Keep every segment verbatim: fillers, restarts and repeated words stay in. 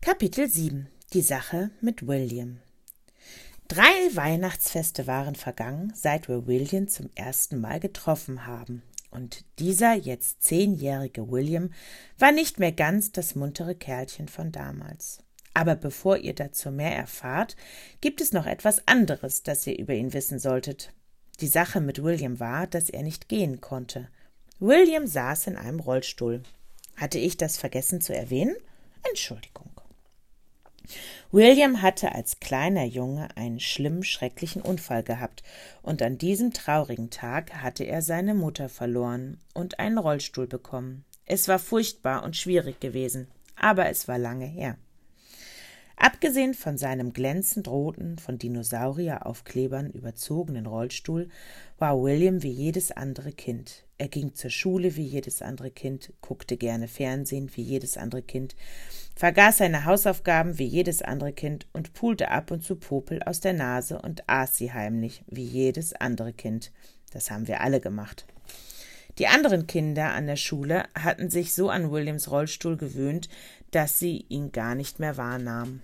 Kapitel sieben. Die Sache mit William. Drei Weihnachtsfeste waren vergangen, seit wir William zum ersten Mal getroffen haben. Und dieser jetzt zehnjährige William war nicht mehr ganz das muntere Kerlchen von damals. Aber bevor ihr dazu mehr erfahrt, gibt es noch etwas anderes, das ihr über ihn wissen solltet. Die Sache mit William war, dass er nicht gehen konnte. William saß in einem Rollstuhl. Hatte ich das vergessen zu erwähnen? Entschuldigung. William hatte als kleiner Junge einen schlimmen, schrecklichen Unfall gehabt, und an diesem traurigen Tag hatte er seine Mutter verloren und einen Rollstuhl bekommen. Es war furchtbar und schwierig gewesen, aber es war lange her. Abgesehen von seinem glänzend roten, von Dinosaurieraufklebern überzogenen Rollstuhl war William wie jedes andere Kind. Er ging zur Schule wie jedes andere Kind, guckte gerne Fernsehen wie jedes andere Kind, vergaß seine Hausaufgaben wie jedes andere Kind und pulte ab und zu Popel aus der Nase und aß sie heimlich wie jedes andere Kind. Das haben wir alle gemacht. Die anderen Kinder an der Schule hatten sich so an Williams Rollstuhl gewöhnt, dass sie ihn gar nicht mehr wahrnahmen.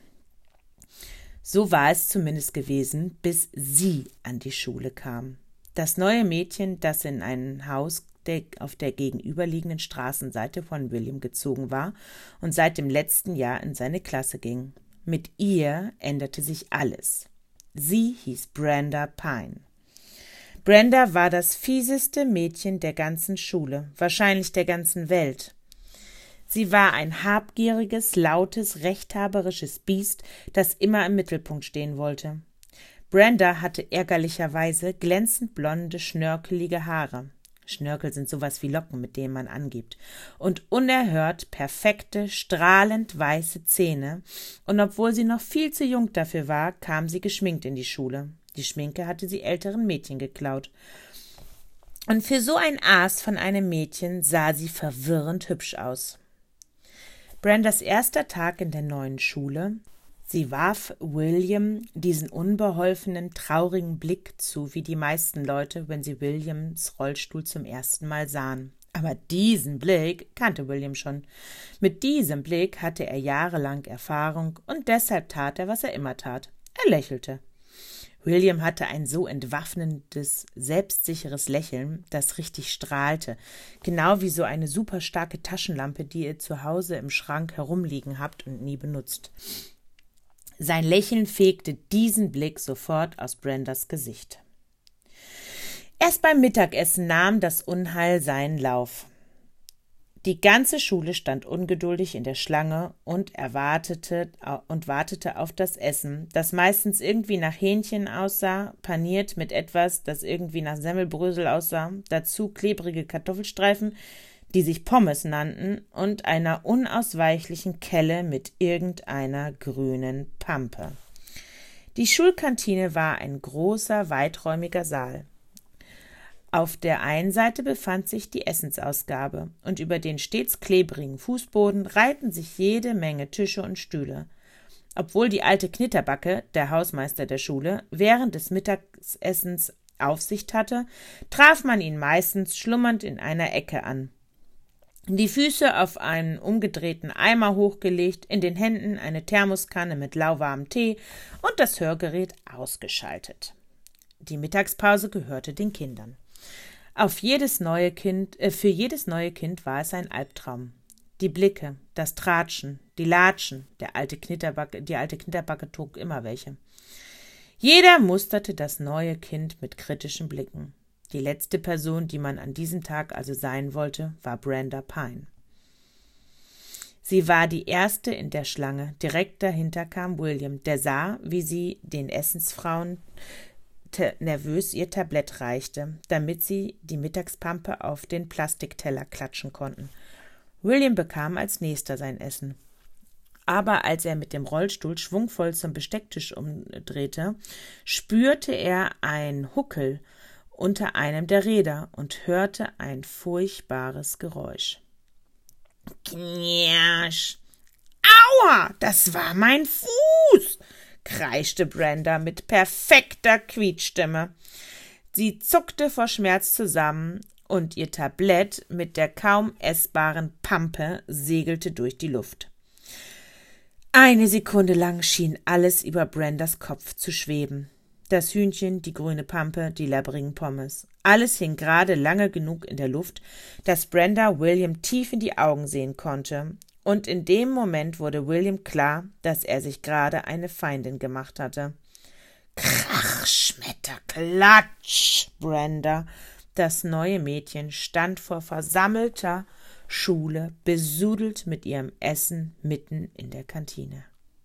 So war es zumindest gewesen, bis sie an die Schule kam. Das neue Mädchen, das in ein Haus der, auf der gegenüberliegenden Straßenseite von William gezogen war und seit dem letzten Jahr in seine Klasse ging. Mit ihr änderte sich alles. Sie hieß Brenda Pine. Brenda war das fieseste Mädchen der ganzen Schule, wahrscheinlich der ganzen Welt. Sie war ein habgieriges, lautes, rechthaberisches Biest, das immer im Mittelpunkt stehen wollte. Brenda hatte ärgerlicherweise glänzend blonde, schnörkelige Haare. Schnörkel sind sowas wie Locken, mit denen man angibt. Und unerhört perfekte, strahlend weiße Zähne. Und obwohl sie noch viel zu jung dafür war, kam sie geschminkt in die Schule. Die Schminke hatte sie älteren Mädchen geklaut. Und für so ein Aas von einem Mädchen sah sie verwirrend hübsch aus. Brendas erster Tag in der neuen Schule. Sie warf William diesen unbeholfenen, traurigen Blick zu, wie die meisten Leute, wenn sie Williams Rollstuhl zum ersten Mal sahen. Aber diesen Blick kannte William schon. Mit diesem Blick hatte er jahrelang Erfahrung, und deshalb tat er, was er immer tat. Er lächelte. William hatte ein so entwaffnendes, selbstsicheres Lächeln, das richtig strahlte, genau wie so eine super starke Taschenlampe, die ihr zu Hause im Schrank herumliegen habt und nie benutzt. Sein Lächeln fegte diesen Blick sofort aus Brendas Gesicht. Erst beim Mittagessen nahm das Unheil seinen Lauf. Die ganze Schule stand ungeduldig in der Schlange und erwartete und wartete auf das Essen, das meistens irgendwie nach Hähnchen aussah, paniert mit etwas, das irgendwie nach Semmelbrösel aussah, dazu klebrige Kartoffelstreifen, die sich Pommes nannten, und einer unausweichlichen Kelle mit irgendeiner grünen Pampe. Die Schulkantine war ein großer, weiträumiger Saal. Auf der einen Seite befand sich die Essensausgabe, und über den stets klebrigen Fußboden reihten sich jede Menge Tische und Stühle. Obwohl die alte Knitterbacke, der Hausmeister der Schule, während des Mittagessens Aufsicht hatte, traf man ihn meistens schlummernd in einer Ecke an. Die Füße auf einen umgedrehten Eimer hochgelegt, in den Händen eine Thermoskanne mit lauwarmem Tee und das Hörgerät ausgeschaltet. Die Mittagspause gehörte den Kindern. Auf jedes neue Kind, äh, für jedes neue Kind war es ein Albtraum. Die Blicke, das Tratschen, die Latschen, der alte Knitterbacke, die alte Knitterbacke trug immer welche. Jeder musterte das neue Kind mit kritischen Blicken. Die letzte Person, die man an diesem Tag also sein wollte, war Brenda Pine. Sie war die erste in der Schlange. Direkt dahinter kam William, der sah, wie sie den Essensfrauen nervös ihr Tablett reichte, damit sie die Mittagspampe auf den Plastikteller klatschen konnten. William bekam als nächster sein Essen. Aber als er mit dem Rollstuhl schwungvoll zum Bestecktisch umdrehte, spürte er einen Huckel unter einem der Räder und hörte ein furchtbares Geräusch. Knirsch! Aua, das war mein Fuß! Kreischte Brenda mit perfekter Quietschstimme. Sie zuckte vor Schmerz zusammen, und ihr Tablett mit der kaum essbaren Pampe segelte durch die Luft. Eine Sekunde lang schien alles über Brendas Kopf zu schweben. Das Hühnchen, die grüne Pampe, die labbrigen Pommes. Alles hing gerade lange genug in der Luft, dass Brenda William tief in die Augen sehen konnte. Und in dem Moment wurde William klar, dass er sich gerade eine Feindin gemacht hatte. Krach, Schmetter, Klatsch, Brenda. Das neue Mädchen stand vor versammelter Schule, besudelt mit ihrem Essen mitten in der Kantine.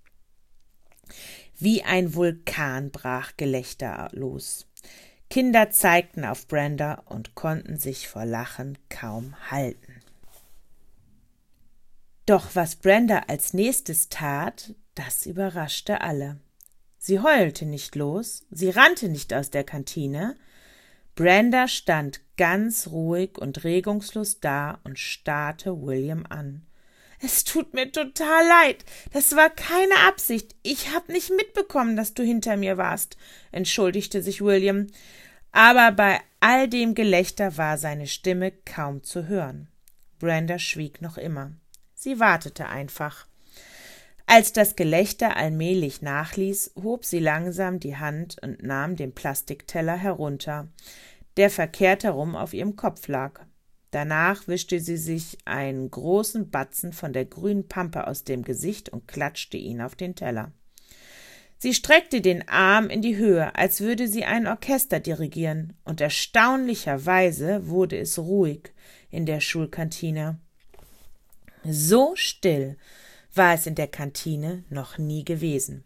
Wie ein Vulkan brach Gelächter los. Kinder zeigten auf Brenda und konnten sich vor Lachen kaum halten. Doch was Brenda als nächstes tat, das überraschte alle. Sie heulte nicht los, sie rannte nicht aus der Kantine. Brenda stand ganz ruhig und regungslos da und starrte William an. »Es tut mir total leid. Das war keine Absicht. Ich hab nicht mitbekommen, dass du hinter mir warst«, entschuldigte sich William. Aber bei all dem Gelächter war seine Stimme kaum zu hören. Brenda schwieg noch immer. Sie wartete einfach. Als das Gelächter allmählich nachließ, hob sie langsam die Hand und nahm den Plastikteller herunter, der verkehrt herum auf ihrem Kopf lag. Danach wischte sie sich einen großen Batzen von der grünen Pampe aus dem Gesicht und klatschte ihn auf den Teller. Sie streckte den Arm in die Höhe, als würde sie ein Orchester dirigieren, und erstaunlicherweise wurde es ruhig in der Schulkantine. So still war es in der Kantine noch nie gewesen.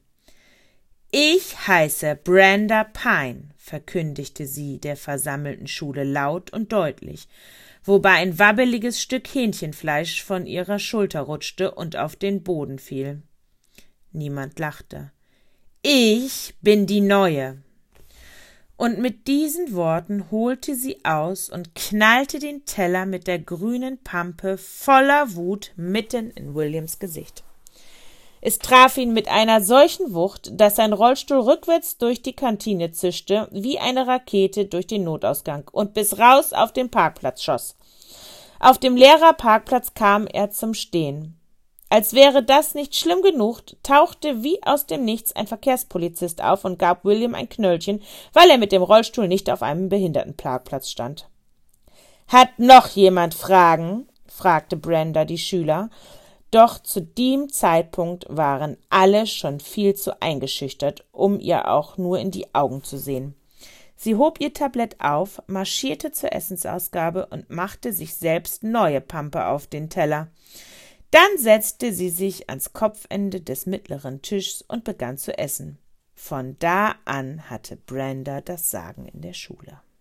»Ich heiße Brenda Pine«, verkündigte sie der versammelten Schule laut und deutlich, wobei ein wabbeliges Stück Hähnchenfleisch von ihrer Schulter rutschte und auf den Boden fiel. Niemand lachte. »Ich bin die Neue.« Und mit diesen Worten holte sie aus und knallte den Teller mit der grünen Pampe voller Wut mitten in Williams Gesicht. Es traf ihn mit einer solchen Wucht, dass sein Rollstuhl rückwärts durch die Kantine zischte, wie eine Rakete durch den Notausgang und bis raus auf den Parkplatz schoss. Auf dem Lehrerparkplatz kam er zum Stehen. Als wäre das nicht schlimm genug, tauchte wie aus dem Nichts ein Verkehrspolizist auf und gab William ein Knöllchen, weil er mit dem Rollstuhl nicht auf einem Behindertenparkplatz stand. »Hat noch jemand Fragen?« fragte Brenda die Schüler. Doch zu dem Zeitpunkt waren alle schon viel zu eingeschüchtert, um ihr auch nur in die Augen zu sehen. Sie hob ihr Tablett auf, marschierte zur Essensausgabe und machte sich selbst neue Pampe auf den Teller. Dann setzte sie sich ans Kopfende des mittleren Tischs und begann zu essen. Von da an hatte Brenda das Sagen in der Schule.